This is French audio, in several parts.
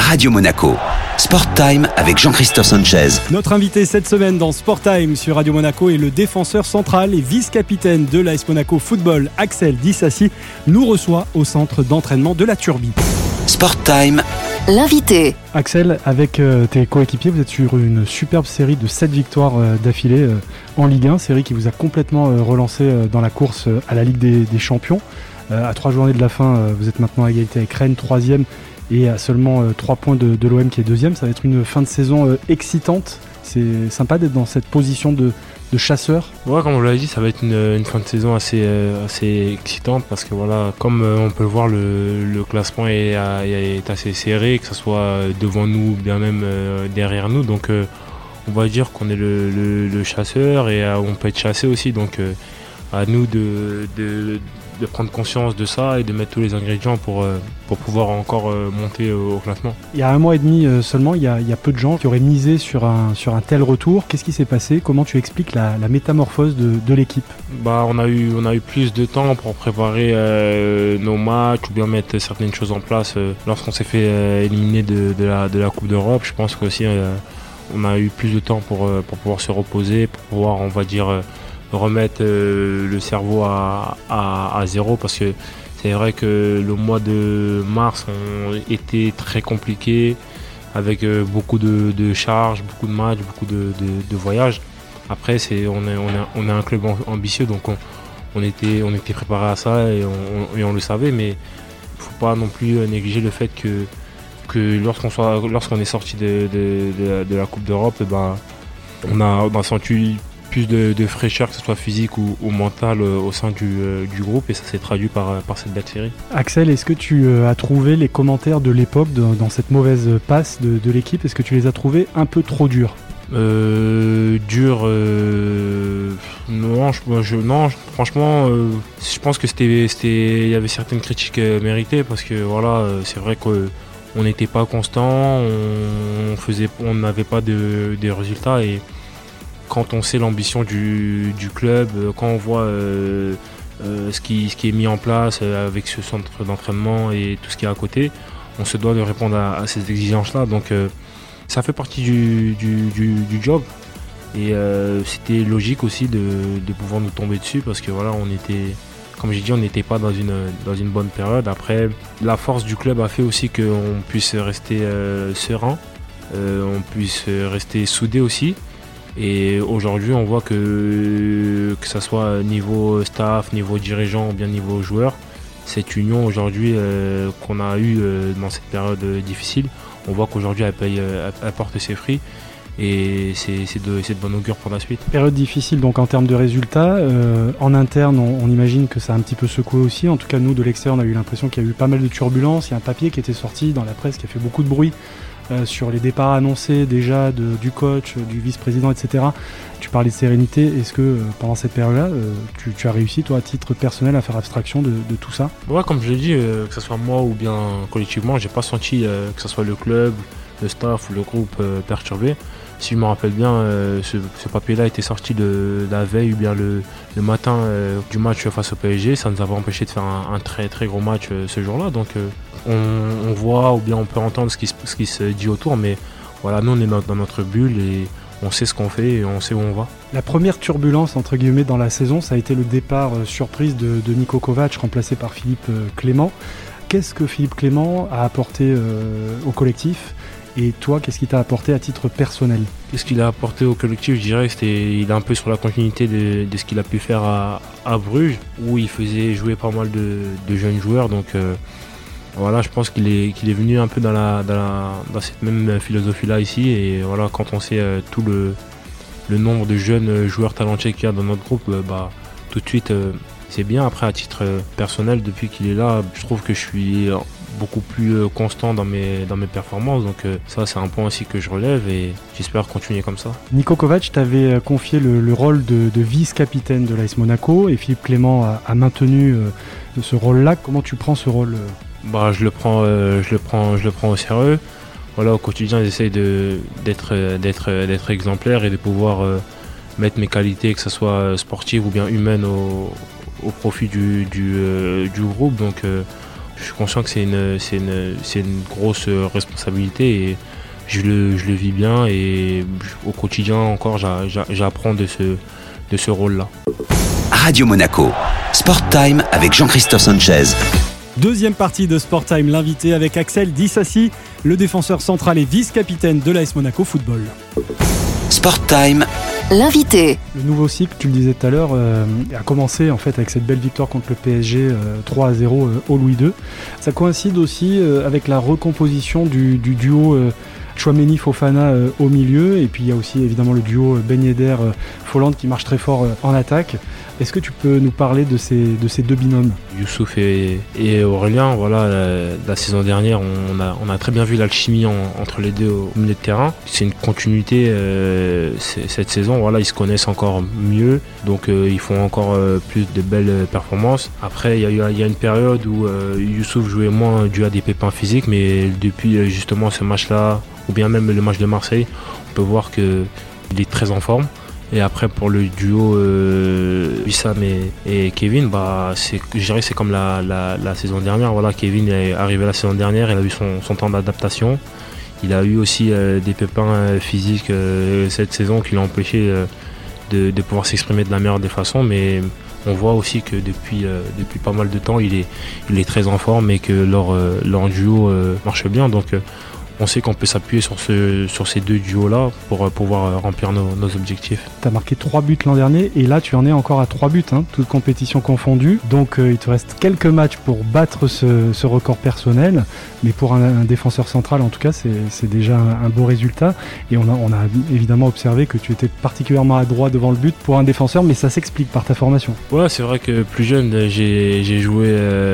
Radio Monaco. Sport Time avec Jean-Christophe Sanchez. Notre invité cette semaine dans Sport Time sur Radio Monaco est le défenseur central et vice-capitaine de l'AS Monaco Football, Axel Disasi, nous reçoit au centre d'entraînement de la Turbie. Sport Time. L'invité. Axel, avec tes coéquipiers, vous êtes sur une superbe série de 7 victoires d'affilée en Ligue 1, série qui vous a complètement relancé dans la course à la Ligue des Champions. À 3 journées de la fin, vous êtes maintenant à égalité avec Rennes, 3e, et à seulement 3 points de l'OM qui est 2e. Ça va être une fin de saison excitante. C'est sympa d'être dans cette position de chasseur. Ouais, comme on l'a dit, ça va être une fin de saison assez excitante parce que voilà, comme on peut le voir, le classement est assez serré, que ce soit devant nous ou bien même derrière nous. Donc on va dire qu'on est le chasseur et on peut être chassé aussi. Donc à nous de prendre conscience de ça et de mettre tous les ingrédients pour pouvoir encore monter au classement. Il y a 1 mois et demi seulement, il y a peu de gens qui auraient misé sur un tel retour. Qu'est-ce qui s'est passé ? Comment tu expliques la métamorphose de l'équipe ? On a eu plus de temps pour préparer nos matchs ou bien mettre certaines choses en place lorsqu'on s'est fait éliminer de la Coupe d'Europe. Je pense qu'aussi on a eu plus de temps pour pouvoir se reposer, pour pouvoir, on va dire, remettre le cerveau à zéro, parce que c'est vrai que le mois de mars a été très compliqué avec beaucoup de charges, beaucoup de matchs, beaucoup de voyages. Après on est un club ambitieux, donc on était préparé à ça et on le savait, mais il ne faut pas non plus négliger le fait que lorsqu'on est sorti de la Coupe d'Europe, on a senti plus de fraîcheur, que ce soit physique ou mentale, au sein du groupe, et ça s'est traduit par cette belle série. Axel, est-ce que tu as trouvé les commentaires de l'époque dans cette mauvaise passe de l'équipe, est-ce que tu les as trouvés un peu trop durs ? Non, franchement, je pense que il y avait certaines critiques méritées, parce que voilà, c'est vrai qu'on n'était pas constant, on n'avait pas de résultats, et quand on sait l'ambition du club, quand on voit ce qui est mis en place avec ce centre d'entraînement et tout ce qui est à côté, on se doit de répondre à ces exigences-là. Donc ça fait partie du job, et c'était logique aussi de pouvoir nous tomber dessus, parce que voilà, comme j'ai dit, on n'était pas dans une bonne période. Après, la force du club a fait aussi qu'on puisse rester serein, on puisse rester soudé aussi. Et aujourd'hui, on voit que ça soit niveau staff, niveau dirigeant ou bien niveau joueur, cette union aujourd'hui qu'on a eue dans cette période difficile, on voit qu'aujourd'hui elle porte ses fruits, et c'est de bon augure pour la suite. Période difficile donc en termes de résultats. En interne, on imagine que ça a un petit peu secoué aussi. En tout cas, nous de l'extérieur, on a eu l'impression qu'il y a eu pas mal de turbulences. Il y a un papier qui était sorti dans la presse qui a fait beaucoup de bruit sur les départs annoncés déjà du coach, du vice-président, etc. Tu parlais de sérénité. Est-ce que pendant cette période-là, tu as réussi, toi, à titre personnel, à faire abstraction de tout ça ? Ouais, comme je l'ai dit, que ce soit moi ou bien collectivement, j'ai pas senti que ce soit le club, le staff ou le groupe perturbé. Si je me rappelle bien, ce papier-là était sorti la veille ou bien le matin du match face au PSG. Ça nous avait empêché de faire un très très gros match ce jour-là. Donc on voit ou bien on peut entendre ce qui se dit autour, mais voilà, nous on est dans notre bulle et on sait ce qu'on fait et on sait où on va. La première turbulence entre guillemets dans la saison, ça a été le départ surprise de Niko Kovač, remplacé par Philippe Clément. Qu'est-ce que Philippe Clément a apporté au collectif ? Et toi, qu'est-ce qu'il t'a apporté à titre personnel ? Qu'est-ce qu'il a apporté au collectif ? Je dirais qu'il est un peu sur la continuité de ce qu'il a pu faire à Bruges, où il faisait jouer pas mal de jeunes joueurs. Donc voilà, je pense qu'il est venu un peu dans cette même philosophie-là ici. Et voilà, quand on sait tout le nombre de jeunes joueurs talentueux qu'il y a dans notre groupe, tout de suite, c'est bien. Après, à titre personnel, depuis qu'il est là, je trouve que je suis beaucoup plus constant dans mes performances, donc ça c'est un point aussi que je relève et j'espère continuer comme ça. Niko Kovač t'avait confié le rôle de vice-capitaine de l'AS Monaco et Philippe Clément a maintenu ce rôle-là. Comment tu prends ce rôle ? Je le prends au sérieux. Voilà, au quotidien j'essaye d'être exemplaire et de pouvoir mettre mes qualités, que ce soit sportives ou bien humaines, au profit du groupe. Donc Je suis conscient que c'est une grosse responsabilité et je le vis bien et au quotidien encore j'apprends de ce rôle-là. Radio Monaco, Sport Time avec Jean-Christophe Sanchez. Deuxième partie de Sport Time, l'invité avec Axel Disasi, le défenseur central et vice-capitaine de l'AS Monaco Football. Sport Time. L'invité. Le nouveau cycle, tu le disais tout à l'heure, a commencé en fait avec cette belle victoire contre le PSG 3-0 au Louis II. Ça coïncide aussi avec la recomposition du duo Tchouaméni-Fofana au milieu, et puis il y a aussi évidemment le duo Ben Yedder-Folland qui marche très fort en attaque. Est-ce que tu peux nous parler de ces deux binômes ? Youssouf et Aurélien, voilà, la saison dernière, on a très bien vu l'alchimie entre les deux au milieu de terrain. C'est une continuité cette saison, voilà, ils se connaissent encore mieux, donc ils font encore plus de belles performances. Après, il y a une période où Youssouf jouait moins dû à des pépins physiques, mais depuis justement ce match-là, ou bien même le match de Marseille, on peut voir qu'il est très en forme. Et après pour le duo Wissam et Kevin, je dirais que c'est comme la saison dernière. Voilà, Kevin est arrivé la saison dernière, il a eu son temps d'adaptation. Il a eu aussi des pépins physiques cette saison qui l'ont empêché de pouvoir s'exprimer de la meilleure des façons. Mais on voit aussi que depuis pas mal de temps, il est très en forme et que leur duo marche bien. Donc on sait qu'on peut s'appuyer sur ces deux duos-là pour pouvoir remplir nos objectifs. Tu as marqué 3 buts l'an dernier et là tu en es encore à 3 buts, toutes compétitions confondues. Donc il te reste quelques matchs pour battre ce record personnel. Mais pour un défenseur central, en tout cas, c'est déjà un beau résultat. Et on a évidemment observé que tu étais particulièrement adroit devant le but pour un défenseur, mais ça s'explique par ta formation. Ouais, c'est vrai que plus jeune, j'ai joué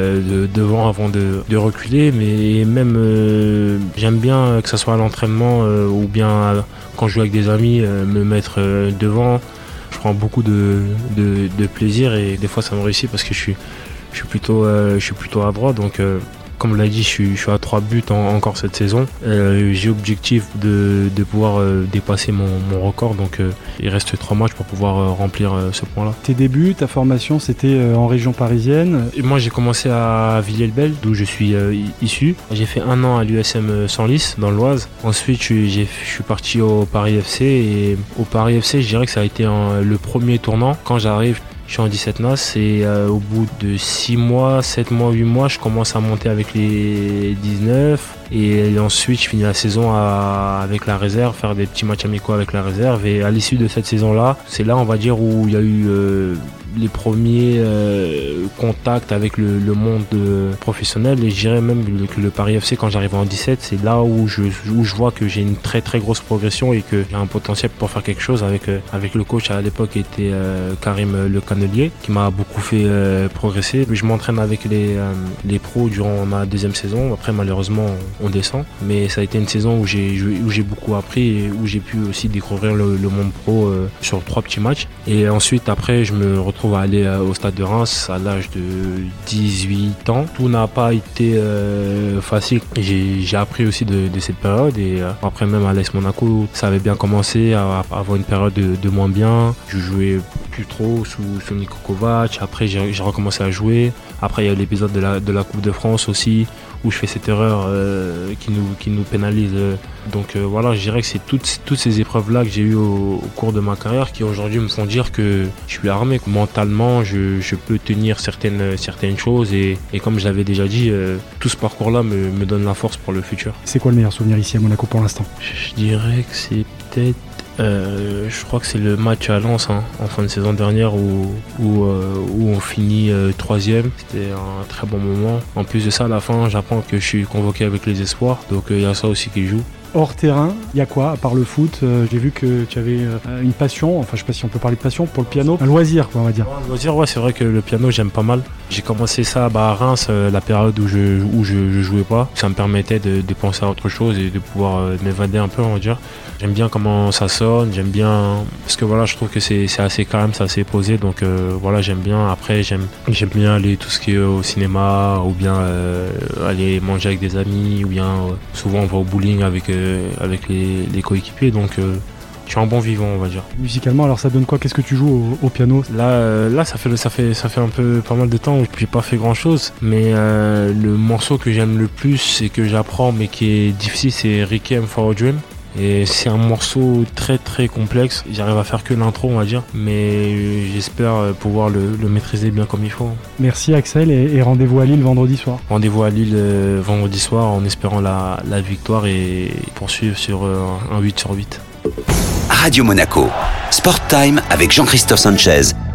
devant avant de reculer. Mais même, j'aime bien que ce soit à l'entraînement ou bien quand je joue avec des amis, me mettre devant. Je prends beaucoup de plaisir et des fois ça me réussit parce que je suis plutôt adroit. Donc comme l'a dit, je suis à 3 buts encore cette saison. J'ai objectif de pouvoir dépasser mon record. Donc il reste 3 matchs pour pouvoir remplir ce point-là. Tes débuts, ta formation, c'était en région parisienne. Et moi, j'ai commencé à Villiers-le-Bel, d'où je suis issu. J'ai fait 1 an à l'USM Senlis, dans l'Oise. Ensuite, je suis parti au Paris FC. Et au Paris FC, je dirais que ça a été le premier tournant. Quand j'arrive, je suis en 17 NAS et au bout de 6 mois, 7 mois, 8 mois, je commence à monter avec les 19 et ensuite je finis la saison avec la réserve, faire des petits matchs amicaux avec la réserve et à l'issue de cette saison-là, c'est là on va dire où il y a eu les premiers contacts avec le monde professionnel et je dirais même que le Paris FC quand j'arrive en 17 c'est là où je vois que j'ai une très très grosse progression et que j'ai un potentiel pour faire quelque chose avec le coach à l'époque qui était Karim Le Cannelier qui m'a beaucoup fait progresser. Je m'entraîne avec les pros durant ma deuxième saison, après malheureusement on descend mais ça a été une saison où j'ai beaucoup appris et où j'ai pu aussi découvrir le monde pro sur 3 petits matchs et ensuite après je me retrouve à aller au stade de Reims à l'âge de 18 ans. Tout n'a pas été facile. J'ai appris aussi de cette période et après même à l'AS Monaco, ça avait bien commencé à avoir une période de moins bien. Je jouais plus trop sous Niko Kovac. Après j'ai recommencé à jouer. Après il y a eu l'épisode de la Coupe de France aussi où je fais cette erreur qui nous pénalise. Donc voilà, je dirais que c'est toutes ces épreuves-là que j'ai eues au cours de ma carrière qui aujourd'hui me font dire que je suis armé. Mentalement, je peux tenir certaines choses et comme je l'avais déjà dit, tout ce parcours-là me donne la force pour le futur. C'est quoi le meilleur souvenir ici à Monaco pour l'instant ? Je dirais que c'est peut-être je crois que c'est le match à Lens en fin de saison dernière où on finit 3e. C'était un très bon moment. En plus de ça, à la fin, j'apprends que je suis convoqué avec les espoirs. Donc il y a ça aussi qui joue. Hors terrain, il y a quoi à part le foot ? J'ai vu que tu avais une passion, enfin je sais pas si on peut parler de passion, pour le piano, un loisir quoi on va dire. Un loisir, ouais, c'est vrai que le piano j'aime pas mal. J'ai commencé ça à Reims, la période où je jouais pas. Ça me permettait de penser à autre chose et de pouvoir m'évader un peu on va dire. J'aime bien comment ça sonne, j'aime bien parce que voilà je trouve que c'est assez calme, c'est assez posé donc voilà j'aime bien. Après j'aime bien aller tout ce qui est au cinéma ou bien aller manger avec des amis ou bien souvent on va au bowling avec les coéquipiers donc je suis un bon vivant, on va dire. Musicalement, alors ça donne quoi? Qu'est-ce que tu joues au piano? Là, ça fait un peu pas mal de temps où j'ai pas fait grand chose, mais le morceau que j'aime le plus et que j'apprends mais qui est difficile, c'est Requiem for a Dream. Et c'est un morceau très très complexe. J'arrive à faire que l'intro, on va dire, mais j'espère pouvoir le maîtriser bien comme il faut. Merci Axel, et rendez-vous à Lille vendredi soir. Rendez-vous à Lille vendredi soir en espérant la victoire et poursuivre sur un 8/8. Radio Monaco, Sport Time avec Jean-Christophe Sanchez.